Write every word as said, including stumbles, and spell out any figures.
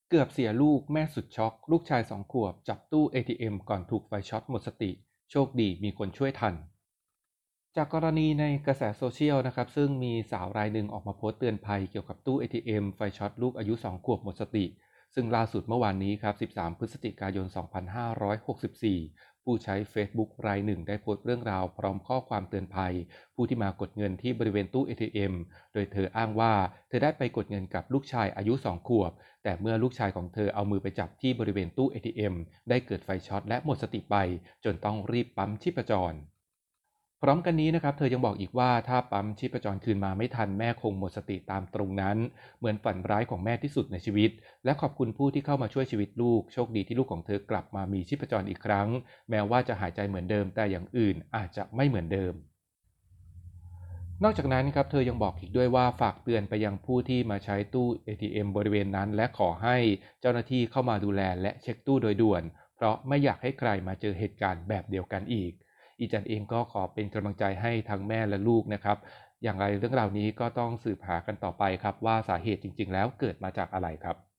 เกือบเสียลูกแม่สุดช็อกลูกชายสองขวบจับตู้ เอ ที เอ็ม ก่อนถูกไฟช็อตหมดสติโชคดีมีคนช่วยทันจากกรณีในกระแสโซเชียลนะครับซึ่งมีสาวรายหนึ่งออกมาโพสต์เตือนภัยเกี่ยวกับตู้ เอ ที เอ็ม ไฟช็อตลูกอายุสองขวบหมดสติซึ่งล่าสุดเมื่อวานนี้ครับสิบสามพฤศจิกายนสองพันห้าร้อยหกสิบสี่ผู้ใช้ Facebook รายหนึ่งได้โพสต์เรื่องราวพร้อมข้อความเตือนภัยผู้ที่มากดเงินที่บริเวณตู้ เอ ที เอ็ม โดยเธออ้างว่าเธอได้ไปกดเงินกับลูกชายอายุสองขวบแต่เมื่อลูกชายของเธอเอามือไปจับที่บริเวณตู้ เอ ที เอ็ม ได้เกิดไฟช็อตและหมดสติไปจนต้องรีบปั๊มชีพจรพร้อมกันนี้นะครับเธอยังบอกอีกว่าถ้าปั๊มชีพจรคืนมาไม่ทันแม่คงหมดสติตามตรงนั้นเหมือนฝันร้ายของแม่ที่สุดในชีวิตและขอบคุณผู้ที่เข้ามาช่วยชีวิตลูกโชคดีที่ลูกของเธอกลับมามีชีพจรอีกครั้งแม้ว่าจะหายใจเหมือนเดิมแต่อย่างอื่นอาจจะไม่เหมือนเดิม นอกจากนั้นครับเธอยังบอกอีกด้วยว่าฝากเตือนไปยังผู้ที่มาใช้ตู้ เอ ที เอ็ม บริเวณนั้นและขอให้เจ้าหน้าที่เข้ามาดูแลและเช็คตู้โดยด่วนเพราะไม่อยากให้ใครมาเจอเหตุการณ์แบบเดียวกันอีกอีจันเองก็ขอเป็นกำลังใจให้ทั้งแม่และลูกนะครับอย่างไรเรื่องราวนี้ก็ต้องสืบหากันต่อไปครับว่าสาเหตุจริงๆแล้วเกิดมาจากอะไรครับ